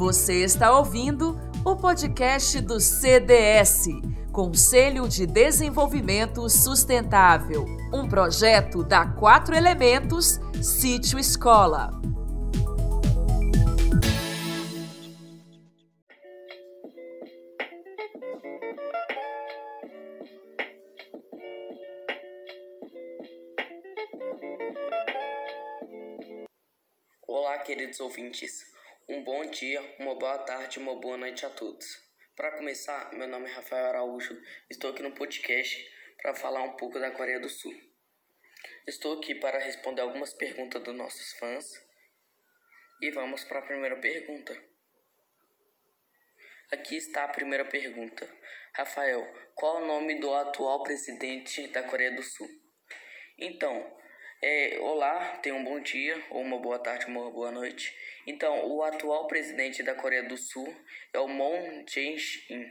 Você está ouvindo o podcast do CDS, Conselho de Desenvolvimento Sustentável, um projeto da 4 Elementos, Sítio Escola. Olá, queridos ouvintes. Um bom dia, uma boa tarde, uma boa noite a todos. Para começar, meu nome é Rafael Araújo. Estou aqui no podcast para falar um pouco da Coreia do Sul. Estou aqui para responder algumas perguntas dos nossos fãs. E vamos para a primeira pergunta. Aqui está a primeira pergunta. Rafael, qual é o nome do atual presidente da Coreia do Sul? Então, olá, tenha um bom dia, ou uma boa tarde, uma boa noite. Então, o atual presidente da Coreia do Sul é o Moon Jae-in.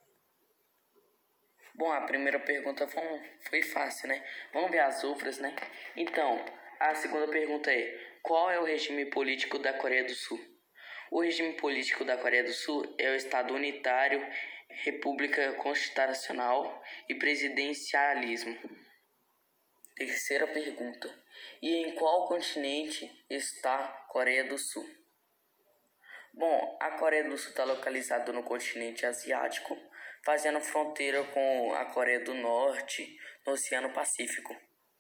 Bom, a primeira pergunta foi fácil, né? Vamos ver as outras, né? Então, a segunda pergunta é: qual é o regime político da Coreia do Sul? O regime político da Coreia do Sul é o Estado unitário, República Constitucional e Presidencialismo. Terceira pergunta: e em qual continente está a Coreia do Sul? Bom, a Coreia do Sul está localizada no continente asiático, fazendo fronteira com a Coreia do Norte no Oceano Pacífico.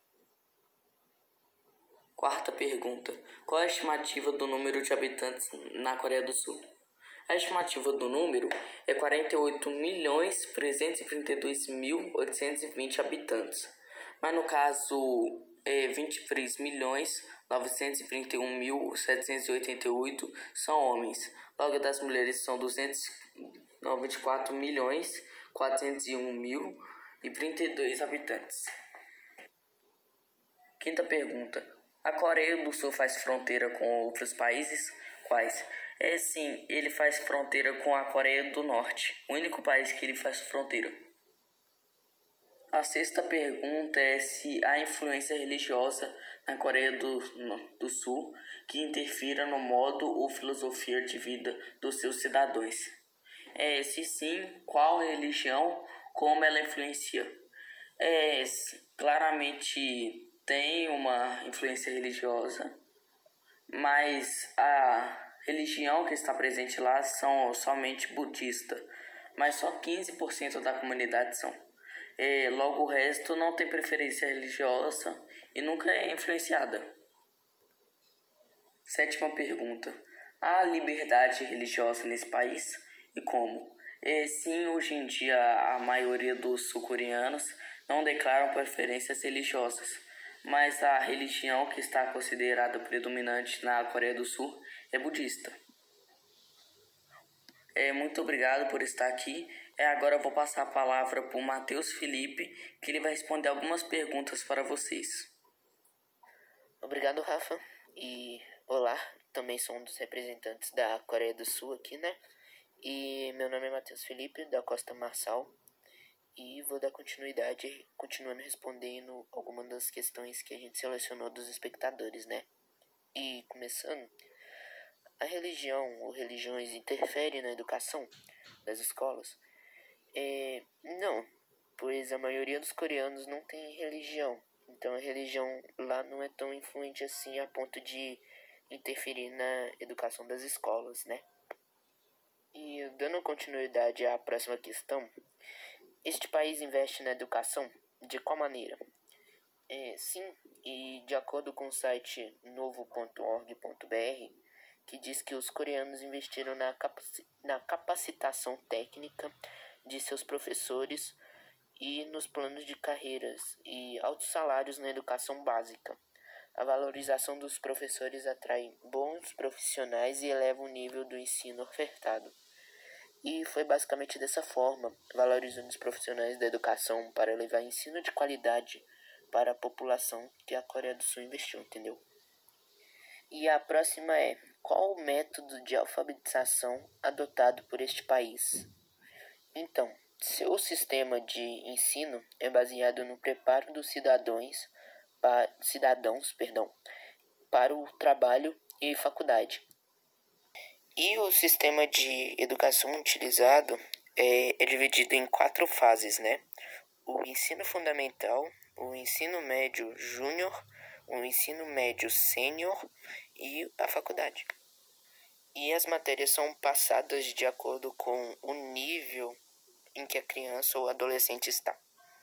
Quarta pergunta: qual é a estimativa do número de habitantes na Coreia do Sul? A estimativa do número é 48.332.820 habitantes. Mas no caso, 23.931.788 são homens. Logo, das mulheres são 294.401.032 habitantes. Quinta pergunta: a Coreia do Sul faz fronteira com outros países? Quais? Sim, ele faz fronteira com a Coreia do Norte, o único país que ele faz fronteira. A sexta pergunta é se há influência religiosa na Coreia do Sul que interfira no modo ou filosofia de vida dos seus cidadãos. Se sim, qual religião, como ela influencia? Claramente tem uma influência religiosa, mas a religião que está presente lá são somente budista, mas só 15% da comunidade são. Logo o resto não tem preferência religiosa e nunca é influenciada. Sétima pergunta: há liberdade religiosa nesse país? E como? Sim, hoje em dia a maioria dos sul-coreanos não declaram preferências religiosas, mas a religião que está considerada predominante na Coreia do Sul é budista. Muito obrigado por estar aqui. Agora eu vou passar a palavra para o Matheus Felipe, que ele vai responder algumas perguntas para vocês. Obrigado, Rafa. E olá, também sou um dos representantes da Coreia do Sul aqui, né? E meu nome é Matheus Felipe, da Costa Marçal. E vou dar continuidade, continuando respondendo algumas das questões que a gente selecionou dos espectadores, né? E começando, a religião ou religiões interferem na educação das escolas? Não, pois a maioria dos coreanos não tem religião. Então a religião lá não é tão influente assim a ponto de interferir na educação das escolas, né? E dando continuidade à próxima questão, este país investe na educação de qual maneira? Sim, e de acordo com o site novo.org.br, que diz que os coreanos investiram na capacitação técnica de seus professores e nos planos de carreiras e altos salários na educação básica. A valorização dos professores atrai bons profissionais e eleva o nível do ensino ofertado. E foi basicamente dessa forma, valorizando os profissionais da educação para levar ensino de qualidade para a população, que a Coreia do Sul investiu, entendeu? E a próxima é: qual o método de alfabetização adotado por este país? Então, seu sistema de ensino é baseado no preparo dos cidadãos para o trabalho e faculdade. E o sistema de educação utilizado é dividido em 4 fases, né? O ensino fundamental, o ensino médio júnior, o ensino médio sênior e a faculdade. E as matérias são passadas de acordo com o nível em que a criança ou adolescente está.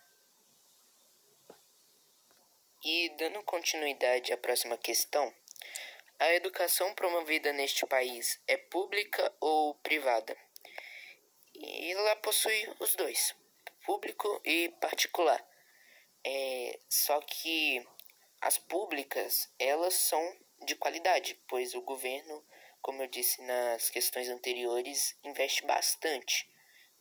E dando continuidade à próxima questão, a educação promovida neste país é pública ou privada? E ela possui os dois, público e particular. Só que as públicas, elas são de qualidade, pois o governo, como eu disse nas questões anteriores, investe bastante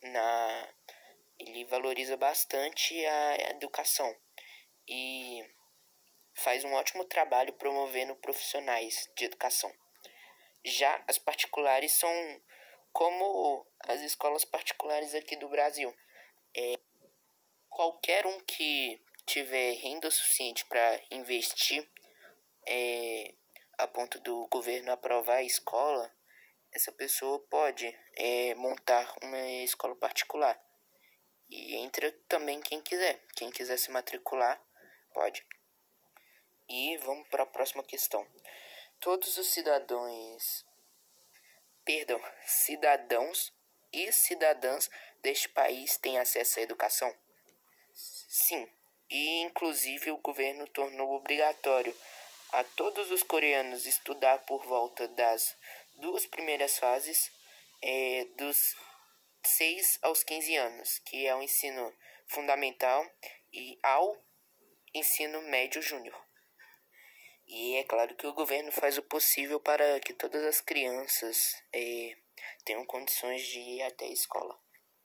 ele valoriza bastante a educação e faz um ótimo trabalho promovendo profissionais de educação. Já as particulares são como as escolas particulares aqui do Brasil. Qualquer um que tiver renda suficiente para investir a ponto do governo aprovar a escola, essa pessoa pode montar uma escola particular. E entra também quem quiser. Quem quiser se matricular, pode. E vamos para a próxima questão. Todos os cidadãos e cidadãs deste país têm acesso à educação? Sim, e inclusive o governo tornou obrigatório a todos os coreanos estudar por volta das 2 primeiras fases dos 6 aos 15 anos, que é o ensino fundamental e ao ensino médio júnior. E é claro que o governo faz o possível para que todas as crianças tenham condições de ir até a escola.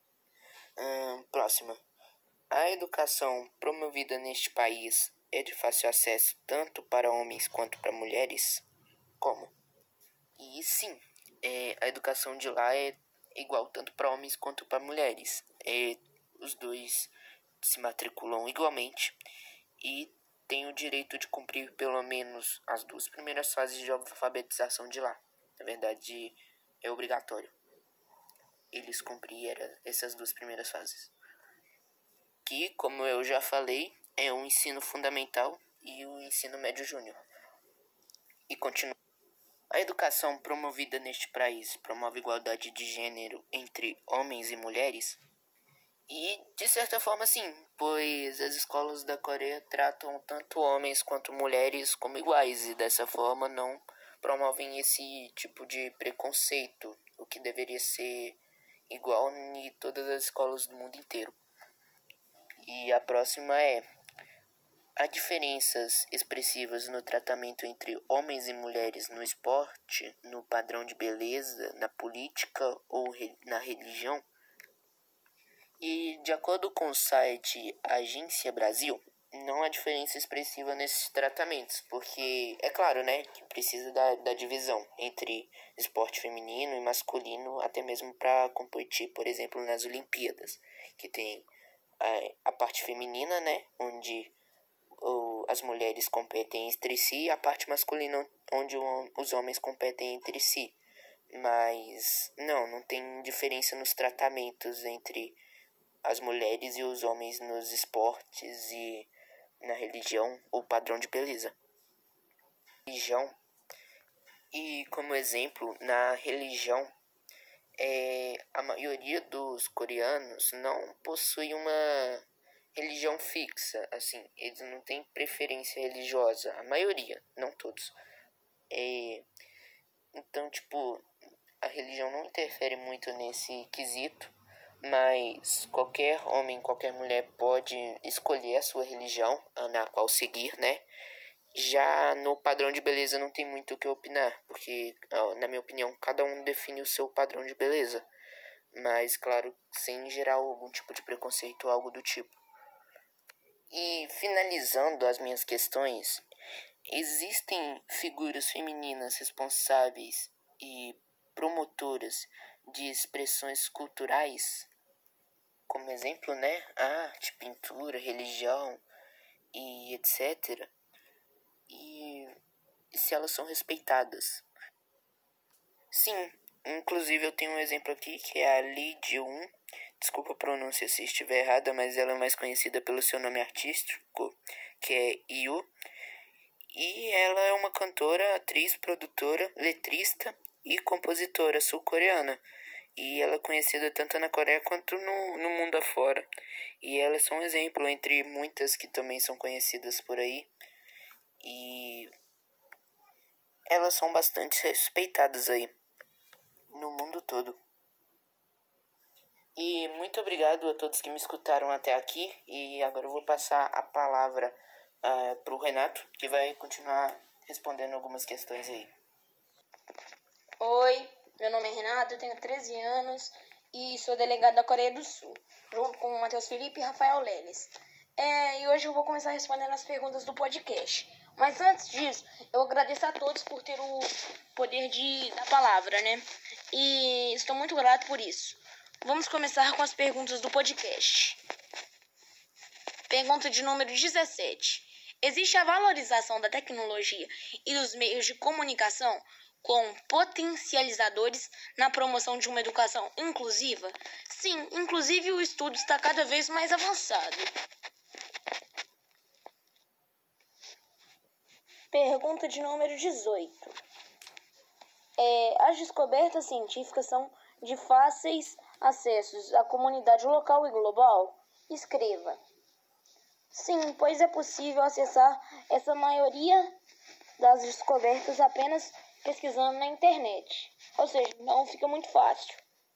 Próxima. A educação promovida neste país é de fácil acesso tanto para homens quanto para mulheres? Como? E sim, a educação de lá é igual tanto para homens quanto para mulheres. Os dois se matriculam igualmente e têm o direito de cumprir pelo menos as 2 primeiras fases de alfabetização de lá. Na verdade, é obrigatório eles cumprirem essas 2 primeiras fases. Que, como eu já falei, é o ensino fundamental e o ensino médio júnior. E continua. A educação promovida neste país promove igualdade de gênero entre homens e mulheres? E, de certa forma, sim, pois as escolas da Coreia tratam tanto homens quanto mulheres como iguais e, dessa forma, não promovem esse tipo de preconceito, o que deveria ser igual em todas as escolas do mundo inteiro. E a próxima é: há diferenças expressivas no tratamento entre homens e mulheres no esporte, no padrão de beleza, na política ou na religião? E, de acordo com o site Agência Brasil, não há diferença expressiva nesses tratamentos, porque, é claro, né, que precisa da divisão entre esporte feminino e masculino, até mesmo para competir, por exemplo, nas Olimpíadas, que tem a parte feminina, né, onde as mulheres competem entre si, e a parte masculina, onde os homens competem entre si. Mas não tem diferença nos tratamentos entre as mulheres e os homens nos esportes e na religião ou padrão de beleza. Religião. E como exemplo, na religião, a maioria dos coreanos não possui uma religião fixa, assim, eles não têm preferência religiosa, a maioria, não todos. Então, tipo, a religião não interfere muito nesse quesito, mas qualquer homem, qualquer mulher pode escolher a sua religião, na qual seguir, né? Já no padrão de beleza não tem muito o que opinar, porque, na minha opinião, cada um define o seu padrão de beleza. Mas, claro, sem gerar algum tipo de preconceito ou algo do tipo. E, finalizando as minhas questões, existem figuras femininas responsáveis e promotoras de expressões culturais, como exemplo, né, arte, pintura, religião e etc. E se elas são respeitadas? Sim, Inclusive eu tenho um exemplo aqui que é a Lee Ji-woon. Desculpa a pronúncia se estiver errada, mas ela é mais conhecida pelo seu nome artístico, que é IU. E ela é uma cantora, atriz, produtora, letrista e compositora sul-coreana. E ela é conhecida tanto na Coreia quanto no mundo afora. E ela é só um exemplo entre muitas que também são conhecidas por aí. E elas são bastante respeitadas aí no mundo todo. E muito obrigado a todos que me escutaram até aqui. E agora eu vou passar a palavra para o Renato, que vai continuar respondendo algumas questões aí. Oi, meu nome é Renato, eu tenho 13 anos e sou delegado da Coreia do Sul, junto com o Matheus Felipe e Rafael Leles. E hoje eu vou começar respondendo as perguntas do podcast. Mas antes disso, eu agradeço a todos por ter o poder da palavra, né? E estou muito grato por isso. Vamos começar com as perguntas do podcast. Pergunta de número 17. Existe a valorização da tecnologia e dos meios de comunicação com potencializadores na promoção de uma educação inclusiva? Sim, inclusive o estudo está cada vez mais avançado. Pergunta de número 18. As descobertas científicas são de fáceis acessos à comunidade local e global? Escreva. Sim, pois é possível acessar essa maioria das descobertas apenas pesquisando na internet. Ou seja, não fica muito fácil.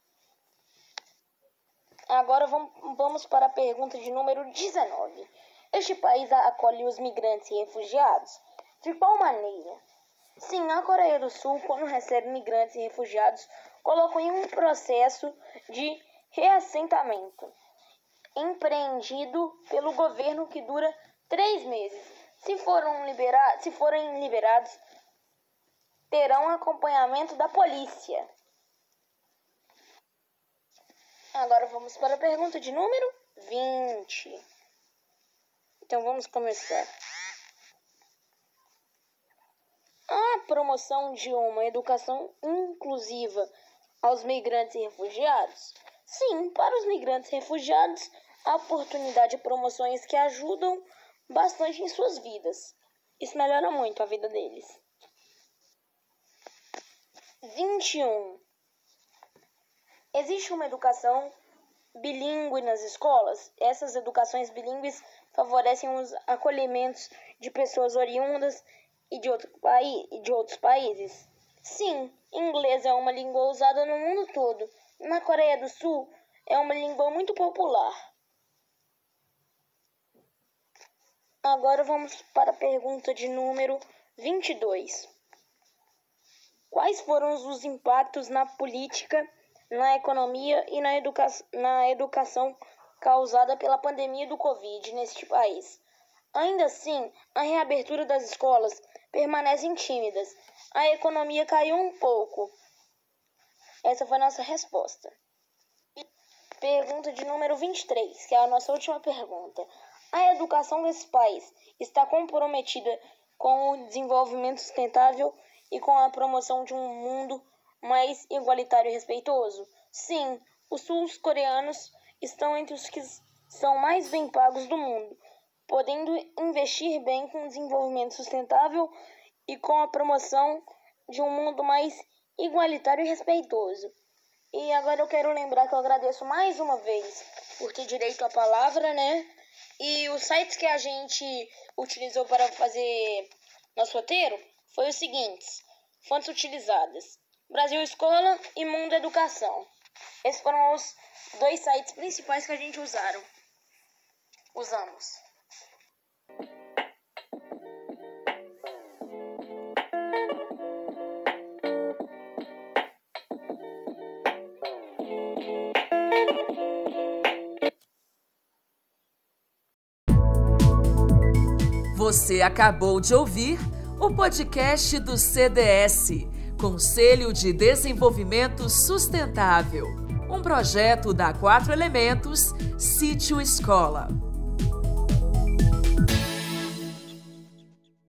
Agora vamos para a pergunta de número 19. Este país acolhe os migrantes e refugiados? De qual maneira? Sim, a Coreia do Sul, quando recebe migrantes e refugiados, colocou em um processo de reassentamento empreendido pelo governo que dura 3 meses. Se forem liberados, terão acompanhamento da polícia. Agora vamos para a pergunta de número 20. Então vamos começar. A promoção de uma educação inclusiva aos migrantes e refugiados? Sim, para os migrantes e refugiados, há oportunidade de promoções que ajudam bastante em suas vidas. Isso melhora muito a vida deles. 21. Existe uma educação bilíngue nas escolas? Essas educações bilíngues favorecem os acolhimentos de pessoas oriundas e de outros países? Sim, inglês é uma língua usada no mundo todo. Na Coreia do Sul, é uma língua muito popular. Agora vamos para a pergunta de número 22. Quais foram os impactos na política, na economia e na educação causada pela pandemia do Covid neste país? Ainda assim, a reabertura das escolas permanecem tímidas. A economia caiu um pouco. Essa foi a nossa resposta. Pergunta de número 23, que é a nossa última pergunta. A educação desse país está comprometida com o desenvolvimento sustentável e com a promoção de um mundo mais igualitário e respeitoso? Sim, os sul-coreanos estão entre os que são mais bem pagos do mundo, podendo investir bem com o desenvolvimento sustentável e com a promoção de um mundo mais igualitário e respeitoso. E agora eu quero lembrar que eu agradeço mais uma vez por ter direito à palavra, né? E os sites que a gente utilizou para fazer nosso roteiro foi os seguintes: fontes utilizadas: Brasil Escola e Mundo Educação. Esses foram os 2 sites principais que a gente usamos. Você acabou de ouvir o podcast do CDS, Conselho de Desenvolvimento Sustentável, um projeto da 4 Elementos, Sítio Escola.